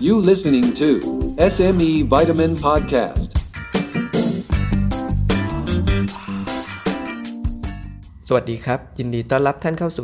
You listening to SME Vitamin Podcast. สวัสดีครับยินดีต้อนรับท่านเข้าสู่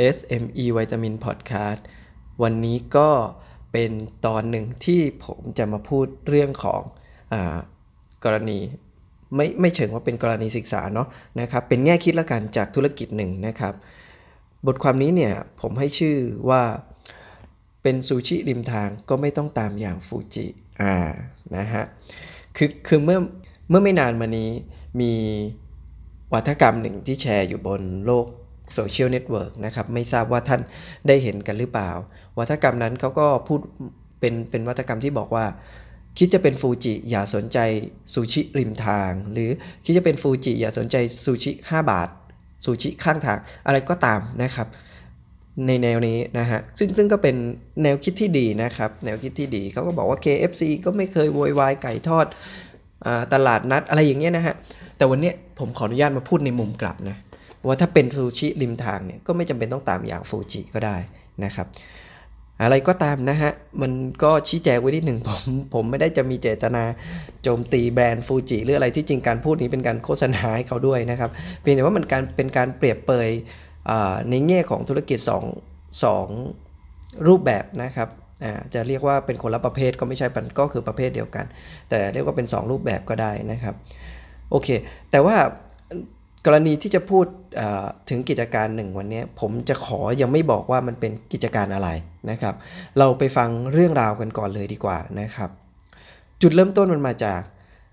SME Vitamin Podcast วันนี้ก็เป็นตอนหนึ่งที่ผมจะมาพูดเรื่องของกรณีไม่เชิงว่าเป็นกรณีศึกษาเนาะนะครับเป็นแง่คิดละกันจากธุรกิจหนึ่งนะครับบทความนี้เนี่ยผมให้ชื่อว่าเป็นซูชิริมทางก็ไม่ต้องตามอย่างฟูจินะฮะคือเมื่อไม่นานมานี้มีวัฒกรรมหนึ่งที่แชร์อยู่บนโลกโซเชียลเน็ตเวิร์กนะครับไม่ทราบว่าท่านได้เห็นกันหรือเปล่าวัฒกรรมนั้นเขาก็พูดเป็นวัฒกรรมที่บอกว่าคิดจะเป็นฟูจิอย่าสนใจซูชิริมทางหรือคิดจะเป็นฟูจิอย่าสนใจซูชิ5 บาทซูชิข้างทางอะไรก็ตามนะครับในแนวนี้นะฮะซึ่งก็เป็นแนวคิดที่ดีนะครับแนวคิดที่ดีเขาก็บอกว่า KFC ก็ไม่เคยโวยวายไก่ทอดตลาดนัดอะไรอย่างเงี้ยนะฮะแต่วันนี้ผมขออนุญาตมาพูดในมุมกลับนะว่าถ้าเป็นซูชิริมทางเนี่ยก็ไม่จำเป็นต้องตามอย่างฟูจิก็ได้นะครับอะไรก็ตามนะฮะมันก็ชี้แจงไว้นิดหนึ่งผมไม่ได้จะมีเจตนาโจมตีแบรนด์ฟูจิหรืออะไรที่จริงการพูดนี้เป็นการโฆษณาให้เขาด้วยนะครับเพียงแต่ว่ามันเป็นการเปรียบเปรยในแง่ของธุรกิจสองรูปแบบนะครับจะเรียกว่าเป็นคนละประเภทก็ไม่ใช่ก็คือประเภทเดียวกันแต่เรียกว่าเป็น2รูปแบบก็ได้นะครับโอเคแต่ว่ากรณีที่จะพูดถึงกิจการหนึ่งวันนี้ผมจะยังไม่บอกว่ามันเป็นกิจการอะไรนะครับเราไปฟังเรื่องราวกันก่อนเลยดีกว่านะครับจุดเริ่มต้นมันมาจาก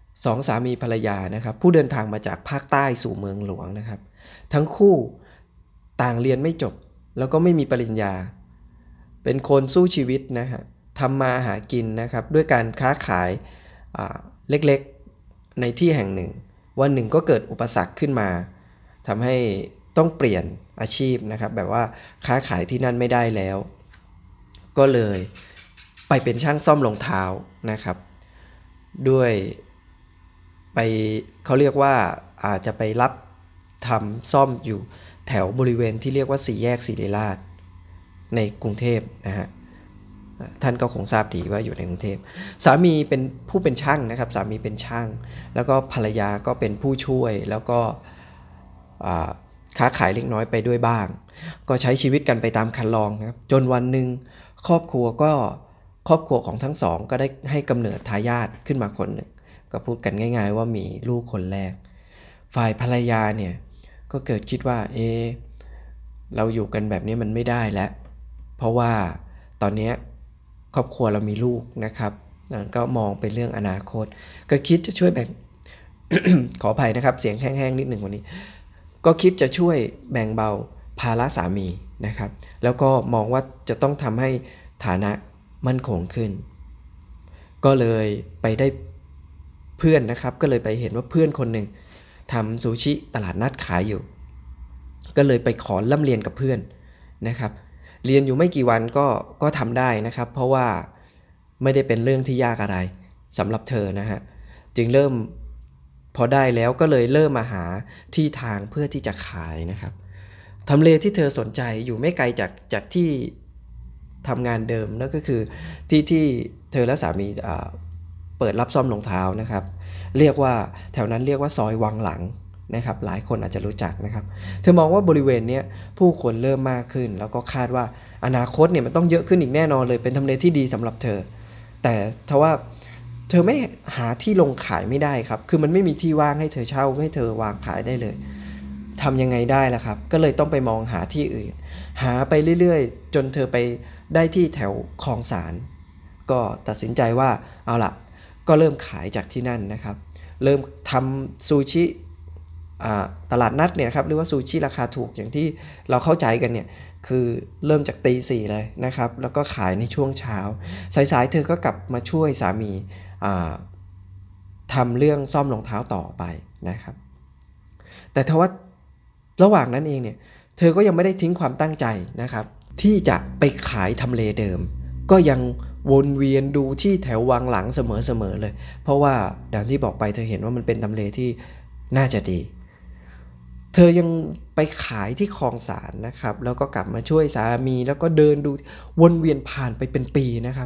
2 สามีภรรยานะครับผู้เดินทางมาจากภาคใต้สู่เมืองหลวงนะครับทั้งคู่ต่างเรียนไม่จบแล้วก็ไม่มีปริญญาเป็นคนสู้ชีวิตนะฮะทำมาหากินนะครับด้วยการค้าขายเล็กๆในที่แห่งหนึ่งวันหนึ่งก็เกิดอุปสรรคขึ้นมาทำให้ต้องเปลี่ยนอาชีพนะครับแบบว่าค้าขายที่นั่นไม่ได้แล้วก็เลยไปเป็นช่างซ่อมรองเท้านะครับด้วยไปเขาเรียกว่าอาจจะไปรับทำซ่อมอยู่แถวบริเวณที่เรียกว่า4 แยกศิริราชในกรุงเทพนะฮะท่านก็คงทราบดีว่าอยู่ในกรุงเทพสามีเป็นผู้เป็นช่างนะครับสามีเป็นช่างแล้วก็ภรรยาก็เป็นผู้ช่วยแล้วก็ค้าขายเล็กน้อยไปด้วยบ้างก็ใช้ชีวิตกันไปตามคันลองนะครับจนวันหนึ่งครอบครัวของทั้งสองก็ได้ให้กำเนิดทายาทขึ้นมาคนหนึ่งก็พูดกันง่ายๆว่ามีลูกคนแรกฝ่ายภรรยาเนี่ยก็เกิดคิดว่าเราอยู่กันแบบนี้มันไม่ได้แล้วเพราะว่าตอนนี้ครอบครัวเรามีลูกนะครับก็มองเป็นเรื่องอนาคตก็คิดจะช่วยแบ่ง ขออภัยนะครับเสียงแห้งๆนิดหนึ่งวันนี้ก็คิดจะช่วยแบ่งเบาภาระสามีนะครับแล้วก็มองว่าจะต้องทำให้ฐานะมั่นคงขึ้นก็เลยไปได้เพื่อนนะครับก็เลยไปเห็นว่าเพื่อนคนหนึ่งทำซูชิตลาดนัดขายอยู่ก็เลยไปขอร่ำเรียนกับเพื่อนนะครับเรียนอยู่ไม่กี่วันก็ทำได้นะครับเพราะว่าไม่ได้เป็นเรื่องที่ยากอะไรสำหรับเธอนะฮะจึงเริ่มพอได้แล้วก็เลยเริ่มมาหาที่ทางเพื่อที่จะขายนะครับทำเลที่เธอสนใจอยู่ไม่ไกลจากที่ทำงานเดิมนั่นก็คือที่เธอและสามีเปิดรับซ่อมรองเท้านะครับเรียกว่าแถวนั้นเรียกว่าซอยวังหลังนะครับหลายคนอาจจะรู้จักนะครับเธอมองว่าบริเวณนี้ผู้คนเริ่มมากขึ้นแล้วก็คาดว่าอนาคตเนี่ยมันต้องเยอะขึ้นอีกแน่นอนเลยเป็นทำเลที่ดีสำหรับเธอแต่ทว่าเธอไม่หาที่ลงขายไม่ได้ครับคือมันไม่มีที่ว่างให้เธอเช่าให้เธอวางขายได้เลยทำยังไงได้ล่ะครับก็เลยต้องไปมองหาที่อื่นหาไปเรื่อยๆจนเธอไปได้ที่แถวคลองสานก็ตัดสินใจว่าเอาล่ะก็เริ่มขายจากที่นั่นนะครับเริ่มทำซูชิตลาดนัดเนี่ยครับหรือว่าซูชิราคาถูกอย่างที่เราเข้าใจกันเนี่ยคือเริ่มจากตี 4เลยนะครับแล้วก็ขายในช่วงเช้าสายๆเธอก็กลับมาช่วยสามีทำเรื่องซ่อมรองเท้าต่อไปนะครับแต่ทว่าระหว่างนั้นเองเนี่ยเธอก็ยังไม่ได้ทิ้งความตั้งใจนะครับที่จะไปขายทำเลเดิมก็ยังวนเวียนดูที่แถววังหลังเสมอเลยเพราะว่าดังที่บอกไปเธอเห็นว่ามันเป็นทำเลที่น่าจะดีเธอยังไปขายที่คลองสานนะครับแล้วก็กลับมาช่วยสามีแล้วก็เดินดูวนเวียนผ่านไปเป็นปีนะครับ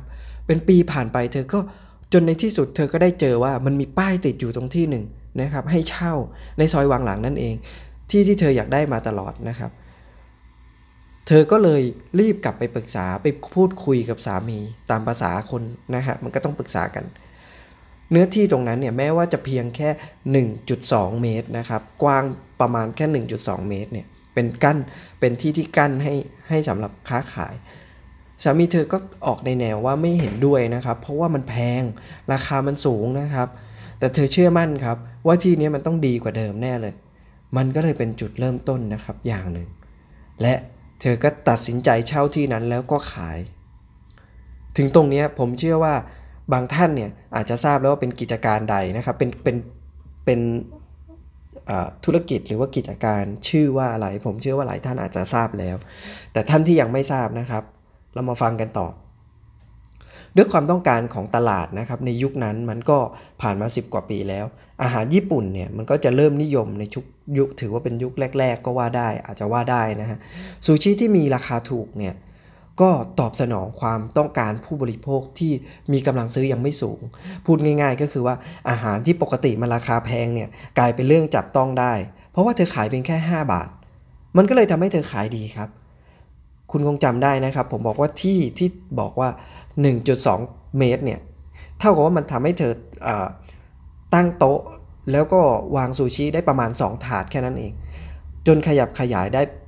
เป็นปีผ่านไปเธอก็จนในที่สุดเธอก็ได้เจอว่ามันมีป้ายติดอยู่ตรงที่หนึ่งนะครับให้เช่าในซอยวังหลังนั่นเองที่เธออยากได้มาตลอดนะครับเธอก็เลยรีบกลับไปปรึกษาไปพูดคุยกับสามีตามภาษาคนนะฮะมันก็ต้องปรึกษากันเนื้อที่ตรงนั้นเนี่ยแม้ว่าจะเพียงแค่ 1.2 เมตรนะครับกว้างประมาณแค่ 1.2 เมตรเนี่ยเป็นที่ที่กั้นให้สำหรับค้าขายสามีเธอก็ออกในแนวว่าไม่เห็นด้วยนะครับเพราะว่ามันแพงราคามันสูงนะครับแต่เธอเชื่อมั่นครับว่าที่นี้มันต้องดีกว่าเดิมแน่เลยมันก็เลยเป็นจุดเริ่มต้นนะครับอย่างหนึ่งและเธอก็ตัดสินใจเช่าที่นั้นแล้วก็ขายถึงตรงนี้ผมเชื่อว่าบางท่านเนี่ยอาจจะทราบแล้วว่าเป็นกิจการใดนะครับเป็นธุรกิจหรือว่ากิจการชื่อว่าอะไรผมเชื่อว่าหลายท่านอาจจะทราบแล้วแต่ท่านที่ยังไม่ทราบนะครับเรามาฟังกันต่อด้วยความต้องการของตลาดนะครับในยุคนั้นมันก็ผ่านมา10กว่าปีแล้วอาหารญี่ปุ่นเนี่ยมันก็จะเริ่มนิยมในยุคถือว่าเป็นยุคแรกๆก็ว่าได้อาจจะว่าได้นะฮะซูชิที่มีราคาถูกเนี่ยก็ตอบสนองความต้องการผู้บริโภคที่มีกำลังซื้อยังไม่สูงพูดง่ายๆก็คือว่าอาหารที่ปกติมันราคาแพงเนี่ยกลายเป็นเรื่องจับต้องได้เพราะว่าเธอขายเพียงแค่5 บาทมันก็เลยทำให้เธอขายดีครับคุณคงจำได้นะครับผมบอกว่าที่บอกว่า 1.2 เมตรเนี่ยเท่ากับว่ามันทำให้เธอตั้งโต๊ะแล้วก็วางซูชิได้ประมาณ2 ถาดแค่นั้นเองจนขยับขยาย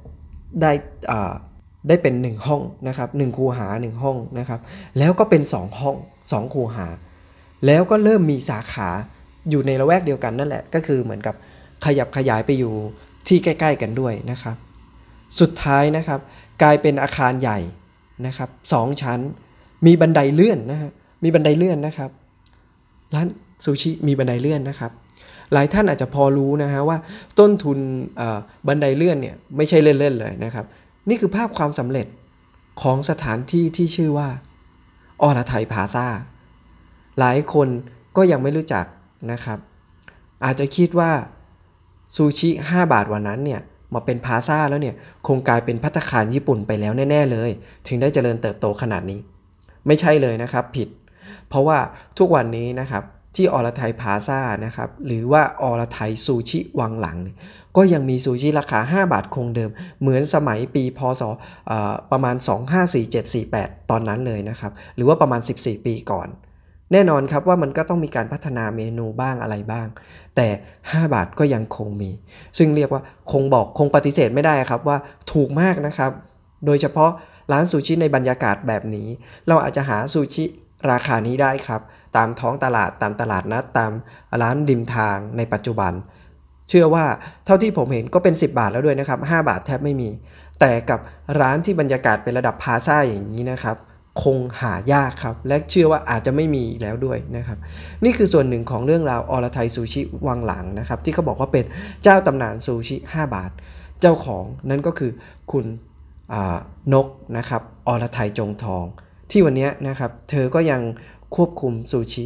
ได้เป็น1ห้องนะครับ1คูหา1ห้องนะครับแล้วก็เป็น2ห้อง2คูหาแล้วก็เริ่มมีสาขาอยู่ในละแวกเดียวกันนั่นแหละก็คือเหมือนกับขยับขยายไปอยู่ที่ใกล้ๆกันด้วยนะครับสุดท้ายนะครับกลายเป็นอาคารใหญ่นะครับ2 ชั้นมีบันไดเลื่อนนะฮะมีบันไดเลื่อนนะครับร้านซูชิมีบันไดเลื่อนนะครับหลายท่านอาจจะพอรู้นะฮะว่าต้นทุนบันไดเลื่อนเนี่ยไม่ใช่เล่นๆเลยนะครับนี่คือภาพความสำเร็จของสถานที่ที่ชื่อว่าอรไทยพลาซ่าหลายคนก็ยังไม่รู้จักนะครับอาจจะคิดว่าซูชิ5 บาทวันนั้นเนี่ยมาเป็นพลาซ่าแล้วเนี่ยคงกลายเป็นภัตตาคารญี่ปุ่นไปแล้วแน่ๆเลยถึงได้เจริญเติบโตขนาดนี้ไม่ใช่เลยนะครับผิดเพราะว่าทุกวันนี้นะครับที่อรไทยพลาซ่านะครับหรือว่าอรไทยซูชิวังหลังก็ยังมีซูชิราคา5 บาทคงเดิมเหมือนสมัยปีพศประมาณ2547-48ตอนนั้นเลยนะครับหรือว่าประมาณ14 ปีก่อนแน่นอนครับว่ามันก็ต้องมีการพัฒนาเมนูบ้างอะไรบ้างแต่5 บาทก็ยังคงมีซึ่งเรียกว่าคงปฏิเสธไม่ได้ครับว่าถูกมากนะครับโดยเฉพาะร้านซูชิในบรรยากาศแบบนี้เราอาจจะหาซูชิราคานี้ได้ครับตามท้องตลาดตามตลาดนัดตามร้านริมทางในปัจจุบันเชื่อว่าเท่าที่ผมเห็นก็เป็น10 บาทแล้วด้วยนะครับ5 บาทแทบไม่มีแต่กับร้านที่บรรยากาศเป็นระดับพลาซ่าอย่างนี้นะครับคงหายากครับและเชื่อว่าอาจจะไม่มีแล้วด้วยนะครับนี่คือส่วนหนึ่งของเรื่องราวอรไทยซูชิวังหลังนะครับที่เขาบอกว่าเป็นเจ้าตำนานซูชิ5 บาทเจ้าของนั่นก็คือคุณนกนะครับอรไทยจงทองที่วันนี้นะครับเธอก็ยังควบคุมซูชิ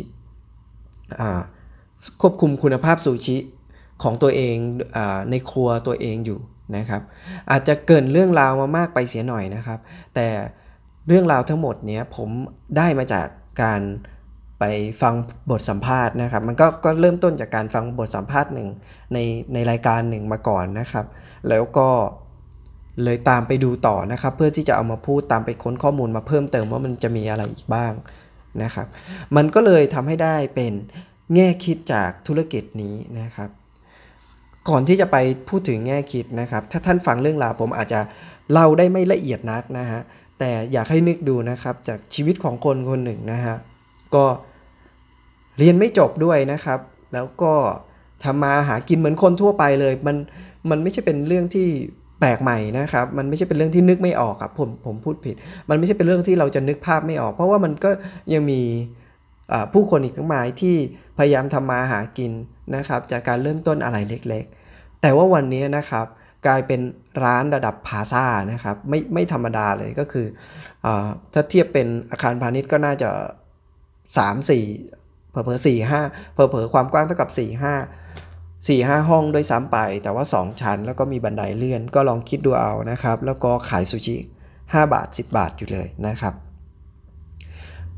ควบคุมคุณภาพซูชิของตัวเองในครัวตัวเองอยู่นะครับอาจจะเกินเรื่องราวมามากไปเสียหน่อยนะครับแต่เรื่องราวทั้งหมดเนี้ยผมได้มาจากการไปฟังบทสัมภาษณ์นะครับมันก็เริ่มต้นจากการฟังบทสัมภาษณ์หนึ่งในรายการหนึ่งมาก่อนนะครับแล้วก็เลยตามไปดูต่อนะครับเพื่อที่จะเอามาพูดตามไปค้นข้อมูลมาเพิ่มเติมว่ามันจะมีอะไรอีกบ้างนะครับมันก็เลยทำให้ได้เป็นแง่คิดจากธุรกิจนี้นะครับก่อนที่จะไปพูดถึงแง่คิดนะครับถ้าท่านฟังเรื่องราวผมอาจจะเล่าได้ไม่ละเอียดนักนะฮะแต่อยากให้นึกดูนะครับจากชีวิตของคนคนหนึ่งนะฮะก็เรียนไม่จบด้วยนะครับแล้วก็ทำมาหากินเหมือนคนทั่วไปเลยมันไม่ใช่เป็นเรื่องที่แปลกใหม่นะครับมันไม่ใช่เป็นเรื่องที่นึกไม่ออกครับผมพูดผิดมันไม่ใช่เป็นเรื่องที่เราจะนึกภาพไม่ออกเพราะว่ามันก็ยังมีผู้คนอีกมากมายที่พยายามทำมาหากินนะครับจากการเริ่มต้นอะไรเล็กๆแต่ว่าวันนี้นะครับกลายเป็นร้านระดับพลาซ่านะครับไม่ธรรมดาเลยก็คือถ้าเทียบเป็นอาคารพาณิชย์ก็น่าจะ3-4เผลอๆ4-5เผลอๆความกว้างเท่ากับ4-5 ห้องด้วยซ้ำไปแต่ว่า2 ชั้นแล้วก็มีบันไดเลื่อนก็ลองคิดดูเอานะครับแล้วก็ขายซูชิ5 บาท10 บาทอยู่เลยนะครับ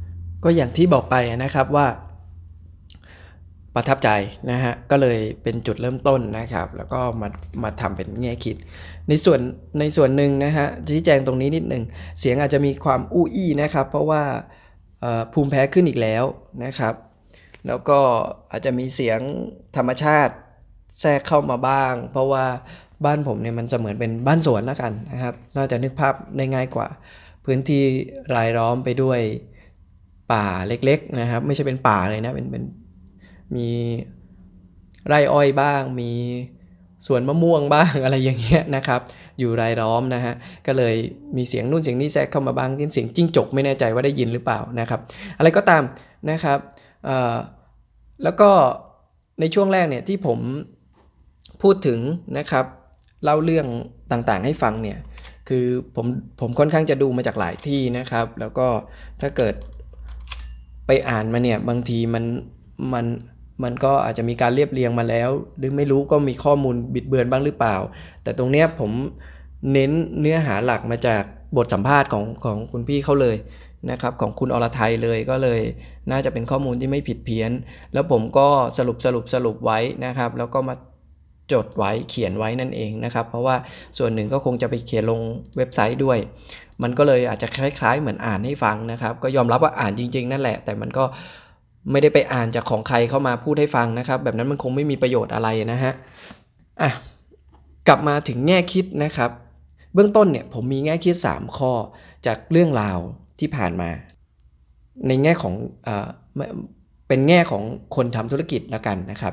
ก็อย่างที่บอกไปนะครับว่าประทับใจนะฮะก็เลยเป็นจุดเริ่มต้นนะครับแล้วก็มาทำเป็นแง่คิดในส่วนหนึ่งนะฮะชี้แจงตรงนี้นิดหนึ่งเสียงอาจจะมีความอู้อี้นะครับเพราะว่าภูมิแพ้ขึ้นอีกแล้วนะครับแล้วก็อาจจะมีเสียงธรรมชาติแทรกเข้ามาบ้างเพราะว่าบ้านผมเนี่ยมันจะเหมือนเป็นบ้านสวนแล้วกันนะครับน่าจะนึกภาพได้ง่ายกว่าพื้นที่รายล้อมไปด้วยป่าเล็กๆนะครับไม่ใช่เป็นป่าเลยนะเป็นมีไร่อ้อยบ้างมีสวนมะม่วงบ้างอะไรอย่างเงี้ยนะครับอยู่รายล้อมนะฮะก็เลยมีเสียงนู่นเสียงนี้แทรกเข้ามาบ้างเสียงจิ้งจกไม่แน่ใจว่าได้ยินหรือเปล่านะครับอะไรก็ตามนะครับแล้วก็ในช่วงแรกเนี่ยที่ผมพูดถึงนะครับเล่าเรื่องต่างๆให้ฟังเนี่ยคือผมค่อนข้างจะดูมาจากหลายที่นะครับแล้วก็ถ้าเกิดไปอ่านมาเนี่ยบางทีมันก็อาจจะมีการเรียบเรียงมาแล้วหรือไม่รู้ก็มีข้อมูลบิดเบือนบ้างหรือเปล่าแต่ตรงเนี้ยผมเน้นเนื้อหาหลักมาจากบทสัมภาษณ์ของคุณพี่เขาเลยนะครับของคุณอรทัยเลยก็เลยน่าจะเป็นข้อมูลที่ไม่ผิดเพี้ยนแล้วผมก็สรุปไว้นะครับแล้วก็มาจดไว้เขียนไว้นั่นเองนะครับเพราะว่าส่วนหนึ่งก็คงจะไปเขียนลงเว็บไซต์ด้วยมันก็เลยอาจจะคล้ายๆเหมือนอ่านให้ฟังนะครับก็ยอมรับว่าอ่านจริงๆนั่นแหละแต่มันก็ไม่ได้ไปอ่านจากของใครเข้ามาพูดให้ฟังนะครับแบบนั้นมันคงไม่มีประโยชน์อะไรนะฮะกลับมาถึงแง่คิดนะครับเบื้องต้นเนี่ยผมมีแง่คิด3ข้อจากเรื่องราวที่ผ่านมาในแง่ของเป็นแง่ของคนทำธุรกิจแล้วกันนะครับ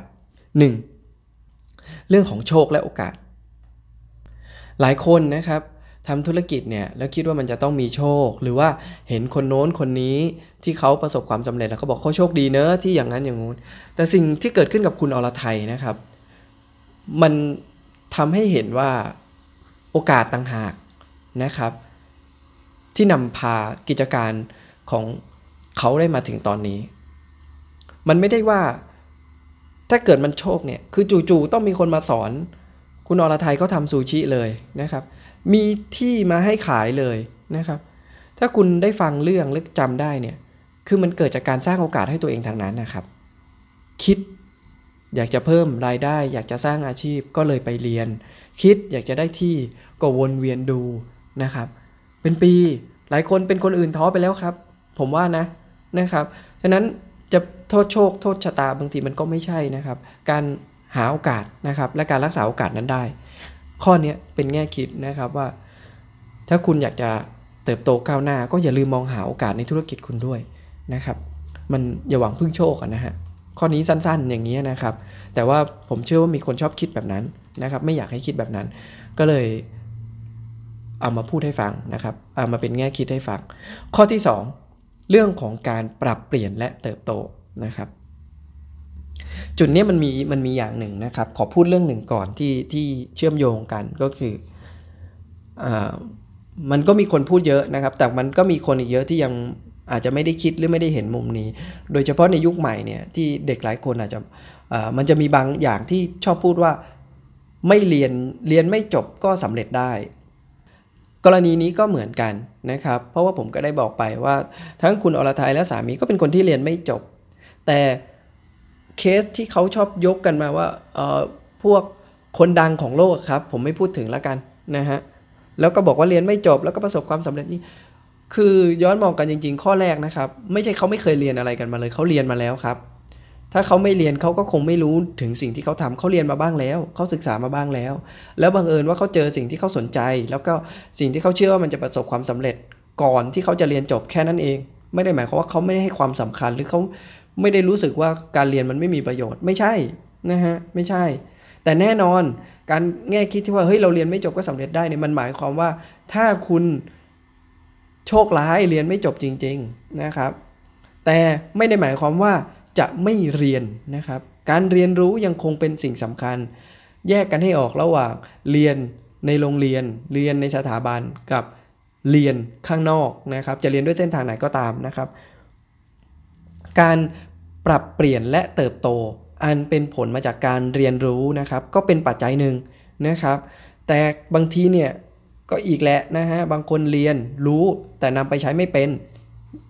1. เรื่องของโชคและโอกาสหลายคนนะครับทำธุรกิจเนี่ยแล้วคิดว่ามันจะต้องมีโชคหรือว่าเห็นคนโน้นคนนี้ที่เขาประสบความสำเร็จแล้วเขาบอกเขาโชคดีเนอะที่อย่างนั้นอย่างงู้นแต่สิ่งที่เกิดขึ้นกับคุณอรทัยนะครับมันทำให้เห็นว่าโอกาสต่างหากนะครับที่นำพากิจการของเขาได้มาถึงตอนนี้มันไม่ได้ว่าถ้าเกิดมันโชคเนี่ยคือจู่ๆต้องมีคนมาสอนคุณอรทัยเขาทำซูชิเลยนะครับมีที่มาให้ขายเลยนะครับถ้าคุณได้ฟังเรื่องหรือจำได้เนี่ยคือมันเกิดจากการสร้างโอกาสให้ตัวเองทางนั้นนะครับคิดอยากจะเพิ่มรายได้อยากจะสร้างอาชีพก็เลยไปเรียนคิดอยากจะได้ที่ก็วนเวียนดูนะครับเป็นปีหลายคนเป็นคนอื่นท้อไปแล้วครับผมว่านะครับฉะนั้นจะโทษโชคโทษชะตาบางทีมันก็ไม่ใช่นะครับการหาโอกาสนะครับและการรักษาโอกาสนั้นได้ข้อนี้เป็นแง่คิดนะครับว่าถ้าคุณอยากจะเติบโตก้าวหน้าก็อย่าลืมมองหาโอกาสในธุรกิจคุณด้วยนะครับมันอย่าหวังพึ่งโชคนะฮะข้อนี้สั้นๆอย่างนี้นะครับแต่ว่าผมเชื่อว่ามีคนชอบคิดแบบนั้นนะครับไม่อยากให้คิดแบบนั้นก็เลยเอามาพูดให้ฟังนะครับเอามาเป็นแง่คิดให้ฟังข้อที่2เรื่องของการปรับเปลี่ยนและเติบโตนะครับจุดนี้มันมีอย่างหนึ่งนะครับขอพูดเรื่องหนึ่งก่อนที่เชื่อมโยงกันก็คือมันก็มีคนพูดเยอะนะครับแต่มันก็มีคนอีกเยอะที่ยังอาจจะไม่ได้คิดหรือไม่ได้เห็นมุมนี้โดยเฉพาะในยุคใหม่เนี่ยที่เด็กหลายคนอาจจะมันจะมีบางอย่างที่ชอบพูดว่าไม่เรียนไม่จบก็สำเร็จได้กรณีนี้ก็เหมือนกันนะครับเพราะว่าผมก็ได้บอกไปว่าทั้งคุณอรทัยและสามีก็เป็นคนที่เรียนไม่จบแต่เคสที่เขาชอบยกกันมาว่าพวกคนดังของโลกครับผมไม่พูดถึงแล้วกันนะฮะแล้วก็บอกว่าเรียนไม่จบแล้วก็ประสบความสำเร็จนี่คือย้อนมองกันจริงๆข้อแรกนะครับไม่ใช่เขาไม่เคยเรียนอะไรกันมาเลยเขาเรียนมาแล้วครับถ้าเขาไม่เรียนเขาก็คงไม่รู้ถึงสิ่งที่เขาทำเขาเรียนมาบ้างแล้วเขาศึกษามาบ้างแล้วแล้วบังเอิญว่าเขาเจอสิ่งที่เขาสนใจแล้วก็สิ่งที่เขาเชื่อว่ามันจะประสบความสำเร็จก่อนที่เขาจะเรียนจบแค่นั้นเองไม่ได้หมายความว่าเขาไม่ได้ให้ความสำคัญหรือเขาไม่ได้รู้สึกว่าการเรียนมันไม่มีประโยชน์ไม่ใช่นะฮะไม่ใช่แต่แน่นอนการแง่คิดที่ว่าเฮ้ยเราเรียนไม่จบก็สำเร็จได้เนี่ยมันหมายความว่าถ้าคุณโชคร้ายเรียนไม่จบจริงๆนะครับแต่ไม่ได้หมายความว่าจะไม่เรียนนะครับการเรียนรู้ยังคงเป็นสิ่งสำคัญแยกกันให้ออกระหว่างเรียนในโรงเรียนเรียนในสถาบันกับเรียนข้างนอกนะครับจะเรียนด้วยเส้นทางไหนก็ตามนะครับการปรับเปลี่ยนและเติบโตอันเป็นผลมาจากการเรียนรู้นะครับก็เป็นปัจจัยหนึ่งนะครับแต่บางทีเนี่ยก็อีกแหละนะฮะบางคนเรียนรู้แต่นำไปใช้ไม่เป็น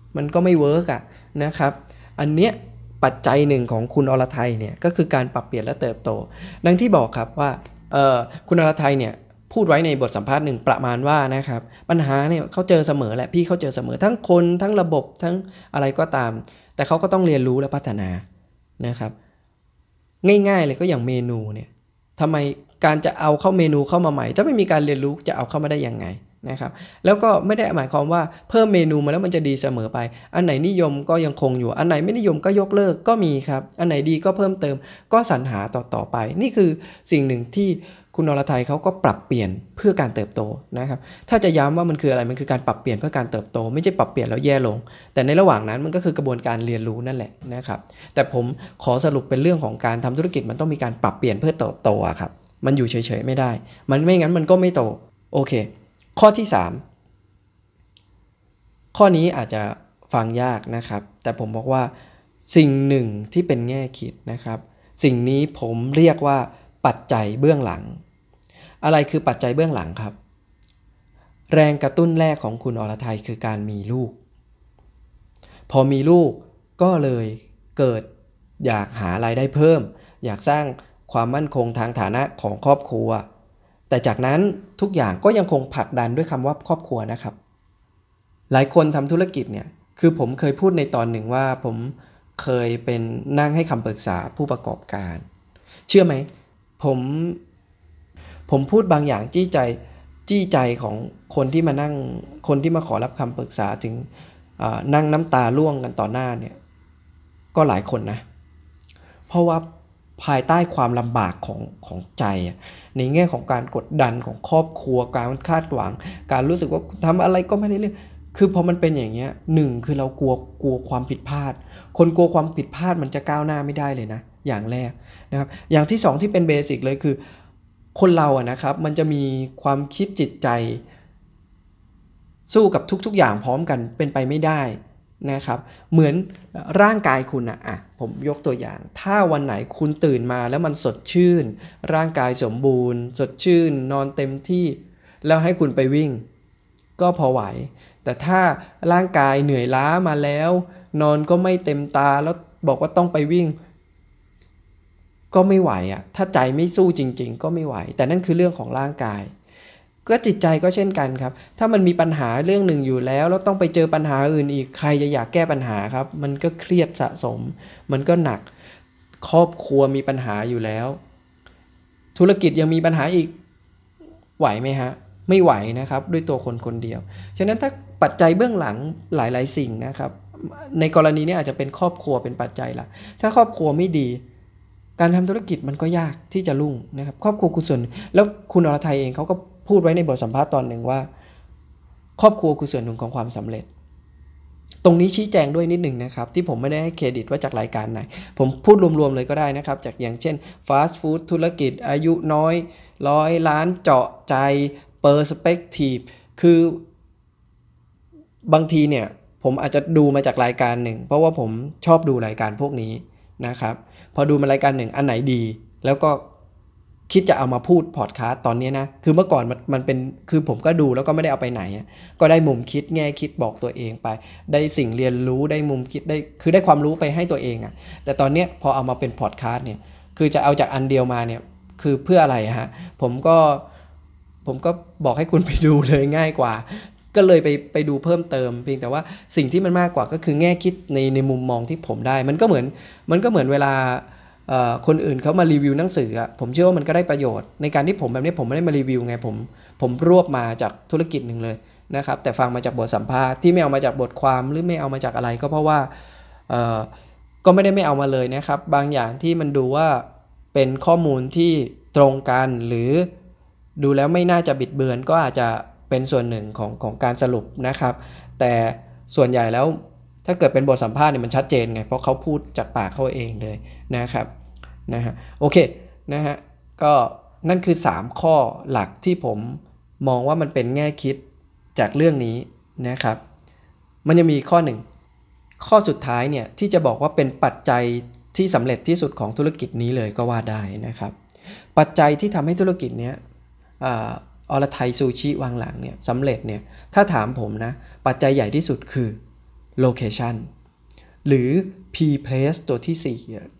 มันก็ไม่เวิร์กนะครับอันเนี้ยปัจจัยหนึ่งของคุณอรทัยเนี่ยก็คือการปรับเปลี่ยนและเติบโตดังที่บอกครับว่าคุณอรทัยเนี่ยพูดไว้ในบทสัมภาษณ์หนึ่งประมาณว่านะครับปัญหาเนี่ยเขาเจอเสมอแหละพี่เขาเจอเสมอทั้งคนทั้งระบบทั้งอะไรก็ตามแต่เขาก็ต้องเรียนรู้และพัฒนานะครับง่ายๆเลยก็อย่างเมนูเนี่ยทำไมการจะเอาเข้าเมนูเข้ามาใหม่ถ้าไม่มีการเรียนรู้จะเอาเข้ามาได้ยังไงนะครับแล้วก็ไม่ได้หมายความว่าเพิ่มเมนูมาแล้วมันจะดีเสมอไปอันไหนนิยมก็ยังคงอยู่อันไหนไม่นิยมก็ยกเลิกก็มีครับอันไหนดีก็เพิ่มเติมก็สรรหาต่อไปนี่คือสิ่งหนึ่งที่คุณอรทัยเขาก็ปรับเปลี่ยนเพื่อการเติบโตนะครับถ้าจะย้ำว่ามันคืออะไรมันคือการปรับเปลี่ยนเพื่อการเติบโตไม่ใช่ปรับเปลี่ยนแล้วแย่ลงแต่ในระหว่างนั้นมันก็คือกระบวนการเรียนรู้นั่นแหละนะครับแต่ผมขอสรุปเป็นเรื่องของการทำธุรกิจมันต้องมีการปรับเปลี่ยนเพื่อเติบโตครับมันอยู่เฉยๆไม่ได้มันไม่งั้นมันก็ไม่โตโอเคข้อที่3ข้อนี้อาจจะฟังยากนะครับแต่ผมบอกว่าสิ่งหนึ่งที่เป็นแง่คิดนะครับสิ่งนี้ผมเรียกว่าปัจจัยเบื้องหลังอะไรคือปัจจัยเบื้องหลังครับแรงกระตุ้นแรกของคุณอรทัยคือการมีลูกพอมีลูกก็เลยเกิดอยากหารายได้เพิ่มอยากสร้างความมั่นคงทางฐานะของครอบครัวแต่จากนั้นทุกอย่างก็ยังคงผลักดันด้วยคำว่าครอบครัวนะครับหลายคนทำธุรกิจเนี่ยคือผมเคยพูดในตอนหนึ่งว่าผมเคยเป็นนั่งให้คำปรึกษาผู้ประกอบการเชื่อไหมผมพูดบางอย่างจี้ใจของคนที่มานั่งคนที่มาขอรับคำปรึกษาถึงนั่งน้ำตาร่วงกันต่อหน้าเนี่ยก็หลายคนนะเพราะว่าภายใต้ความลำบากของใจในแง่ของการกดดันของครอบครัวการคาดหวังการรู้สึกว่าทำอะไรก็ไม่ได้เรื่องคือพอมันเป็นอย่างเงี้ยหนึ่งคือเรากลัวความผิดพลาดคนกลัวความผิดพลาดมันจะก้าวหน้าไม่ได้เลยนะอย่างแรกนะครับอย่างที่สองที่เป็นเบสิกเลยคือคนเรานะครับมันจะมีความคิดจิตใจสู้กับทุกๆอย่างพร้อมกันเป็นไปไม่ได้นะครับเหมือนร่างกายคุณผมยกตัวอย่างถ้าวันไหนคุณตื่นมาแล้วมันสดชื่นร่างกายสมบูรณ์สดชื่นนอนเต็มที่แล้วให้คุณไปวิ่งก็พอไหวแต่ถ้าร่างกายเหนื่อยล้ามาแล้วนอนก็ไม่เต็มตาแล้วบอกว่าต้องไปวิ่งก็ไม่ไหวถ้าใจไม่สู้จริงๆก็ไม่ไหวแต่นั่นคือเรื่องของร่างกายก็จิตใจก็เช่นกันครับถ้ามันมีปัญหาเรื่องหนึ่งอยู่แล้วต้องไปเจอปัญหาอื่นอีกใครจะอยากแก้ปัญหาครับมันก็เครียดสะสมมันก็หนักครอบครัวมีปัญหาอยู่แล้วธุรกิจยังมีปัญหาอีกไหวไหมฮะไม่ไหวนะครับด้วยตัวคนคนเดียวฉะนั้นถ้าปัจจัยเบื้องหลังหลายๆสิ่งนะครับในกรณีนี้อาจจะเป็นครอบครัวเป็นปัจจัยละถ้าครอบครัวไม่ดีการทำธุรกิจมันก็ยากที่จะรุ่งนะครับครอบครัวคุณส่วนแล้วคุณอรทัยเองเขาก็พูดไว้ในบทสัมภาษณ์ตอนหนึ่งว่าครอบครัวคือส่วนหนึ่งของความสำเร็จตรงนี้ชี้แจงด้วยนิดหนึ่งนะครับที่ผมไม่ได้ให้เครดิตว่าจากรายการไหนผมพูดรวมๆเลยก็ได้นะครับจากอย่างเช่นฟาสต์ฟู้ดธุรกิจอายุน้อย100 ล้านเจาะใจเปอร์สเปกทีฟคือบางทีเนี่ยผมอาจจะดูมาจากรายการหนึ่งเพราะว่าผมชอบดูรายการพวกนี้นะครับพอดูมารายการหนึ่งอันไหนดีแล้วก็คิดจะเอามาพูดพอดคาสต์ตอนนี้นะคือเมื่อก่อนมันเป็นคือผมก็ดูแล้วก็ไม่ได้เอาไปไหนก็ได้มุมคิดแง่คิดบอกตัวเองไปได้สิ่งเรียนรู้ได้มุมคิดได้คือได้ความรู้ไปให้ตัวเองแต่ตอนนี้พอเอามาเป็นพอดคาสต์เนี่ยคือจะเอาจากอันเดียวมาเนี่ยคือเพื่ออะไรผมก็บอกให้คุณไปดูเลยง่ายกว่าก็เลยไปดูเพิ่มเติมเพียงแต่ว่าสิ่งที่มันมากกว่าก็คือแง่คิดในมุมมองที่ผมได้มันก็เหมือนเวลาคนอื่นเขามารีวิวหนังสือผมเชื่อว่ามันก็ได้ประโยชน์ในการที่ผมแบบนี้ผมไม่ได้มารีวิวไงผมรวบมาจากธุรกิจหนึ่งเลยนะครับแต่ฟังมาจากบทสัมภาษณ์ที่ไม่เอามาจากบทความหรือไม่เอามาจากอะไรก็เพราะว่าก็ไม่ได้ไม่เอามาเลยนะครับบางอย่างที่มันดูว่าเป็นข้อมูลที่ตรงกันหรือดูแล้วไม่น่าจะบิดเบือนก็อาจจะเป็นส่วนหนึ่งของการสรุปนะครับแต่ส่วนใหญ่แล้วถ้าเกิดเป็นบทสัมภาษณ์เนี่ยมันชัดเจนไงเพราะเขาพูดจากปากเขาเองเลยนะครับโอเคนะฮะก็นั่นคือ3ข้อหลักที่ผมมองว่ามันเป็นแง่คิดจากเรื่องนี้นะครับมันยังมีข้อหนึ่งข้อสุดท้ายเนี่ยที่จะบอกว่าเป็นปัจจัยที่สำเร็จที่สุดของธุรกิจนี้เลยก็ว่าได้นะครับปัจจัยที่ทำให้ธุรกิจเนี้ยอรทัยซูชิวังหลังเนี่ยสำเร็จเนี่ยถ้าถามผมนะปัจจัยใหญ่ที่สุดคือ location หรือ P place ตัวที่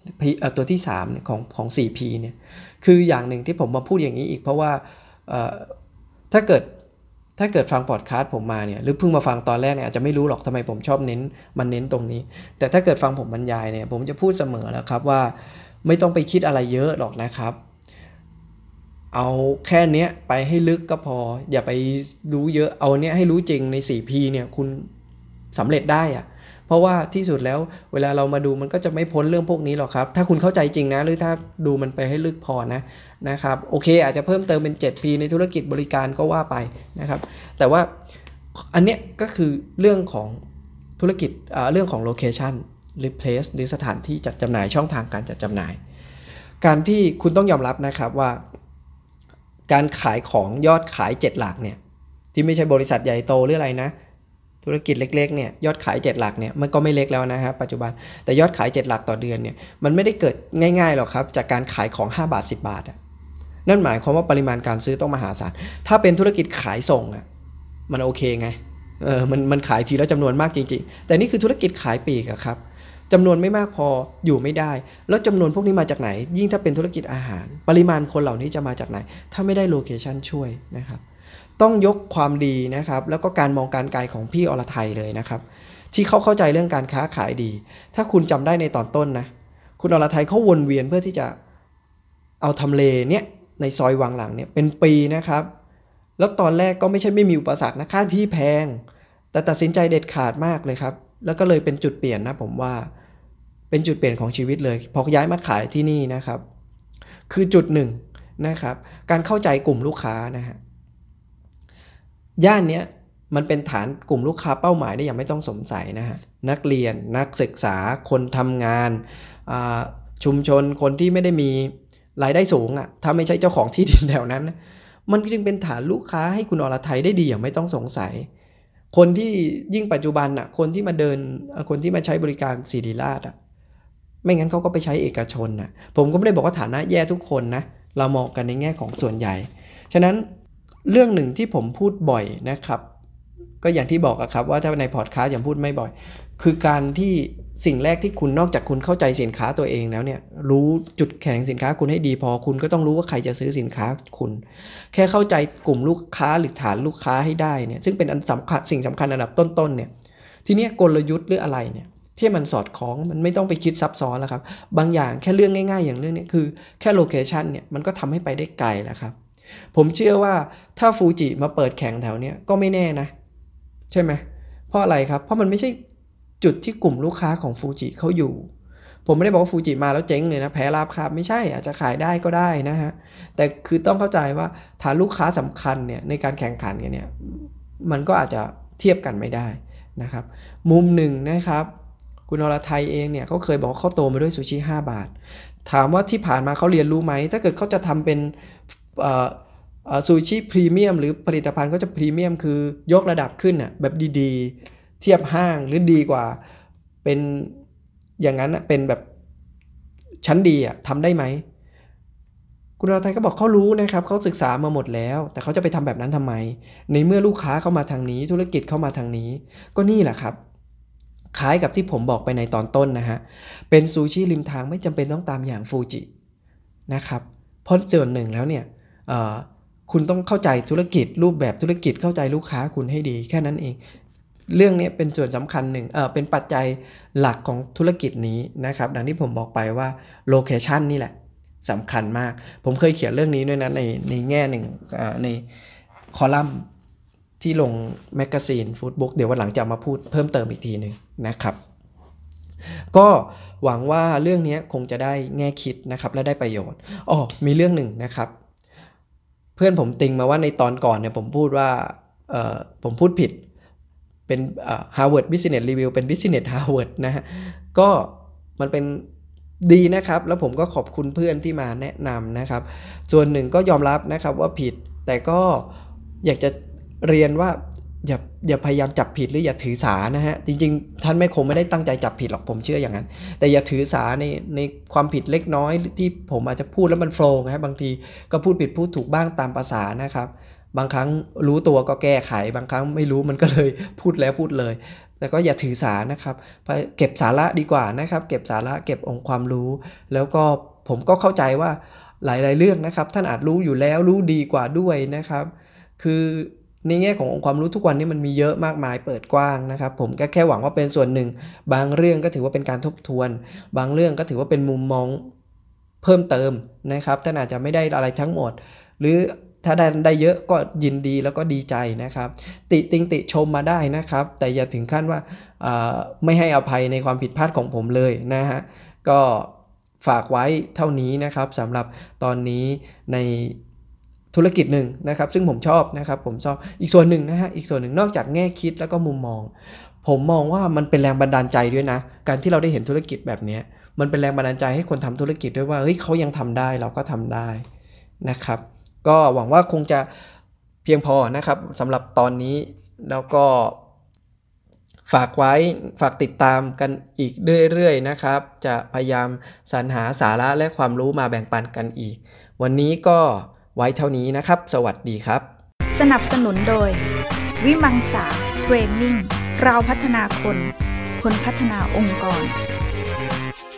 4ตัวที่3เนี่ยของ 4P เนี่ยคืออย่างหนึ่งที่ผมมาพูดอย่างนี้อีกเพราะว่าถ้าเกิดฟังพอดคาสต์ผมมาเนี่ยหรือเพิ่งมาฟังตอนแรกเนี่ยอาจจะไม่รู้หรอกทำไมผมชอบเน้นตรงนี้แต่ถ้าเกิดฟังผมบรรยายเนี่ยผมจะพูดเสมอแล้วครับว่าไม่ต้องไปคิดอะไรเยอะหรอกนะครับเอาแค่เนี้ยไปให้ลึกก็พออย่าไปรู้เยอะเอาเนี้ยให้รู้จริงใน 4P เนี่ยคุณสำเร็จได้อะเพราะว่าที่สุดแล้วเวลาเรามาดูมันก็จะไม่พ้นเรื่องพวกนี้หรอกครับถ้าคุณเข้าใจจริงนะหรือถ้าดูมันไปให้ลึกพอนะครับโอเคอาจจะเพิ่มเติมเป็น 7P ในธุรกิจบริการก็ว่าไปนะครับแต่ว่าอันเนี้ยก็คือเรื่องของธุรกิจเรื่องของ location หรือ place หรือสถานที่จัดจำหน่ายช่องทางการจัดจำหน่ายการที่คุณต้องยอมรับนะครับว่าการขายของยอดขาย7หลักเนี่ยที่ไม่ใช่บริษัทใหญ่โตหรืออะไรนะธุรกิจเล็กๆเนี่ยยอดขาย7หลักเนี่ยมันก็ไม่เล็กแล้วนะครับปัจจุบันแต่ยอดขาย7หลักต่อเดือนเนี่ยมันไม่ได้เกิดง่ายๆหรอกครับจากการขายของ5บาท10บาทนั่นหมายความว่าปริมาณการซื้อต้องมหาศาลถ้าเป็นธุรกิจขายส่งมันโอเคไงมันขายทีละจำนวนมากจริงๆแต่นี่คือธุรกิจขายปลีกครับจำนวนไม่มากพออยู่ไม่ได้แล้วจำนวนพวกนี้มาจากไหนยิ่งถ้าเป็นธุรกิจอาหารปริมาณคนเหล่านี้จะมาจากไหนถ้าไม่ได้โลเคชั่นช่วยนะครับต้องยกความดีนะครับแล้วก็การมองการไกลของพี่อรไทยเลยนะครับที่เขาเข้าใจเรื่องการค้าขายดีถ้าคุณจำได้ในตอนต้นนะคุณอรไทยเขาวนเวียนเพื่อที่จะเอาทำเลเนี่ยในซอยวังหลังเนี่ยเป็นปีนะครับแล้วตอนแรกก็ไม่ใช่ไม่มีอุปสรรคนะค่าที่แพงแต่ตัดสินใจเด็ดขาดมากเลยครับแล้วก็เลยเป็นจุดเปลี่ยนนะผมว่าเป็นจุดเปลี่ยนของชีวิตเลยพอย้ายมาขายที่นี่นะครับคือจุดหนึ่งนะครับการเข้าใจกลุ่มลูกค้านะฮะย่านเนี้ยมันเป็นฐานกลุ่มลูกค้าเป้าหมายได้อย่างไม่ต้องสงสัยนะฮะนักเรียนนักศึกษาคนทำงานชุมชนคนที่ไม่ได้มีรายได้สูงถ้าไม่ใช่เจ้าของที่ดินแถวนั้นมันจึงเป็นฐานลูกค้าให้คุณอรไทยได้ดีอย่างไม่ต้องสงสัยคนที่ยิ่งปัจจุบันคนที่มาเดินคนที่มาใช้บริการศิริราชไม่งั้นเขาก็ไปใช้เอกชนผมก็ไม่ได้บอกว่าฐานะแย่ทุกคนนะเรามองกันในแง่ของส่วนใหญ่ฉะนั้นเรื่องหนึ่งที่ผมพูดบ่อยนะครับก็อย่างที่บอกครับว่าถ้าในพอดคาสต์อย่างพูดไม่บ่อยคือการที่สิ่งแรกที่คุณนอกจากคุณเข้าใจสินค้าตัวเองแล้วเนี่ยรู้จุดแข็งสินค้าคุณให้ดีพอคุณก็ต้องรู้ว่าใครจะซื้อสินค้าคุณแค่เข้าใจกลุ่มลูกค้าหรือฐานลูกค้าให้ได้เนี่ยซึ่งเป็นอันสำคัญสิ่งสำคัญอันดับต้นๆเนี่ยทีนี้กลยุทธ์หรืออะไรเนี่ยที่มันสอดคล้องมันไม่ต้องไปคิดซับซ้อนแล้วครับบางอย่างแค่เรื่องง่ายๆอย่างเรื่องนี้คือแค่โลเคชันเนี่ยมันก็ทำให้ไปได้ไกลแล้วครับผมเชื่อว่าถ้าฟูจิมาเปิดแข่งแถวเนี้ยก็ไม่แน่นะใช่ไหมเพราะอะไรครับเพราะมันไม่ใช่จุดที่กลุ่มลูกค้าของฟูจิเขาอยู่ผมไม่ได้บอกว่าฟูจิมาแล้วเจ๊งเลยนะแพ้ราบคาบไม่ใช่อาจจะขายได้ก็ได้นะฮะแต่คือต้องเข้าใจว่าฐานลูกค้าสำคัญเนี่ยในการแข่งขันกันเนี่ยมันก็อาจจะเทียบกันไม่ได้นะครับมุมหนึ่งนะครับคุณอรไทยเองเนี่ยเขาเคยบอกว่าเขาโตมาด้วยซูชิ5 บาทถามว่าที่ผ่านมาเขาเรียนรู้ไหมถ้าเกิดเขาจะทำเป็นซูชิพรีเมียมหรือผลิตภัณฑ์ก็จะพรีเมียมคือยกระดับขึ้นแบบดีๆเทียบห้างหรือดีกว่าเป็นอย่างนั้นเป็นแบบชั้นดีทำได้ไหมคุณอรไทยก็บอกเขารู้นะครับเขาศึกษามาหมดแล้วแต่เขาจะไปทำแบบนั้นทำไมในเมื่อลูกค้าเข้ามาทางนี้ธุรกิจเข้ามาทางนี้ก็นี่แหละครับคล้ายกับที่ผมบอกไปในตอนต้นนะฮะเป็นซูชิริมทางไม่จำเป็นต้องตามอย่างฟูจินะครับเพราะส่วนหนึ่งแล้วเนี่ยคุณต้องเข้าใจธุรกิจรูปแบบธุรกิจเข้าใจลูกค้าคุณให้ดีแค่นั้นเองเรื่องนี้เป็นส่วนสำคัญหนึ่งเป็นปัจจัยหลักของธุรกิจนี้นะครับดังที่ผมบอกไปว่าโลเคชันนี่แหละสำคัญมากผมเคยเขียนเรื่องนี้ด้วยนะในแง่หนึ่งในคอลัมน์ที่ลงแมกกาซีนฟู้ดบุ๊กเดี๋ยววันหลังจะมาพูดเพิ่มเติมอีกทีหนึ่งนะครับก็หวังว่าเรื่องนี้คงจะได้แง่คิดนะครับและได้ประโยชน์มีเรื่องหนึ่งนะครับเพื่อนผมติงมาว่าในตอนก่อนเนี่ยผมพูดว่าผมพูดผิดเป็นHarvard Business Review เป็น Business Harvard นะฮะก็มันเป็นดีนะครับแล้วผมก็ขอบคุณเพื่อนที่มาแนะนำนะครับส่วนหนึ่งก็ยอมรับนะครับว่าผิดแต่ก็อยากจะเรียนว่าอย่าพยายามจับผิดหรืออย่าถือสานะฮะจริงๆท่านคงไม่ได้ตั้งใจจับผิดหรอกผมเชื่ออย่างนั้นแต่อย่าถือสาในความผิดเล็กน้อยที่ผมอาจจะพูดแล้วมันโฟล์นะบางทีก็พูดผิดพูดถูกบ้างตามภาษานะครับบางครั้งรู้ตัวก็แก้ไขบางครั้งไม่รู้มันก็เลยพูดแล้วพูดเลยแล้วก็อย่าถือสานะครับเก็บสาระดีกว่านะครับเก็บสาระเก็บองค์ความรู้แล้วก็ผมก็เข้าใจว่าหลายๆเรื่องนะครับท่านอาจรู้อยู่แล้วรู้ดีกว่าด้วยนะครับคือในแง่ขององค์ความรู้ทุกวันนี้มันมีเยอะมากมายเปิดกว้างนะครับผมก็แค่หวังว่าเป็นส่วนหนึ่งบางเรื่องก็ถือว่าเป็นการทบทวนบางเรื่องก็ถือว่าเป็นมุมมองเพิ่มเติมนะครับท่านอาจจะไม่ได้อะไรทั้งหมดหรือถ้าได้เยอะก็ยินดีแล้วก็ดีใจนะครับติชมมาได้นะครับแต่อย่าถึงขั้นว่าไม่ให้อภัยในความผิดพลาดของผมเลยนะฮะก็ฝากไว้เท่านี้นะครับสำหรับตอนนี้ในธุรกิจหนึ่งนะครับซึ่งผมชอบนะครับผมชอบอีกส่วนหนึ่งนะฮะอีกส่วนหนึ่งนอกจากแง่คิดแล้วก็มุมมองผมมองว่ามันเป็นแรงบันดาลใจด้วยนะการที่เราได้เห็นธุรกิจแบบนี้มันเป็นแรงบันดาลใจให้คนทำธุรกิจด้วยว่าเฮ้ยเขายังทำได้เราก็ทำได้นะครับก็หวังว่าคงจะเพียงพอนะครับสำหรับตอนนี้แล้วก็ฝากติดตามกันอีกเรื่อยๆนะครับจะพยายามสรรหาสาระและความรู้มาแบ่งปันกันอีกวันนี้ก็ไว้เท่านี้นะครับสวัสดีครับสนับสนุนโดยวิมังสาเทรนนิ่งเราพัฒนาคนพัฒนาองค์กร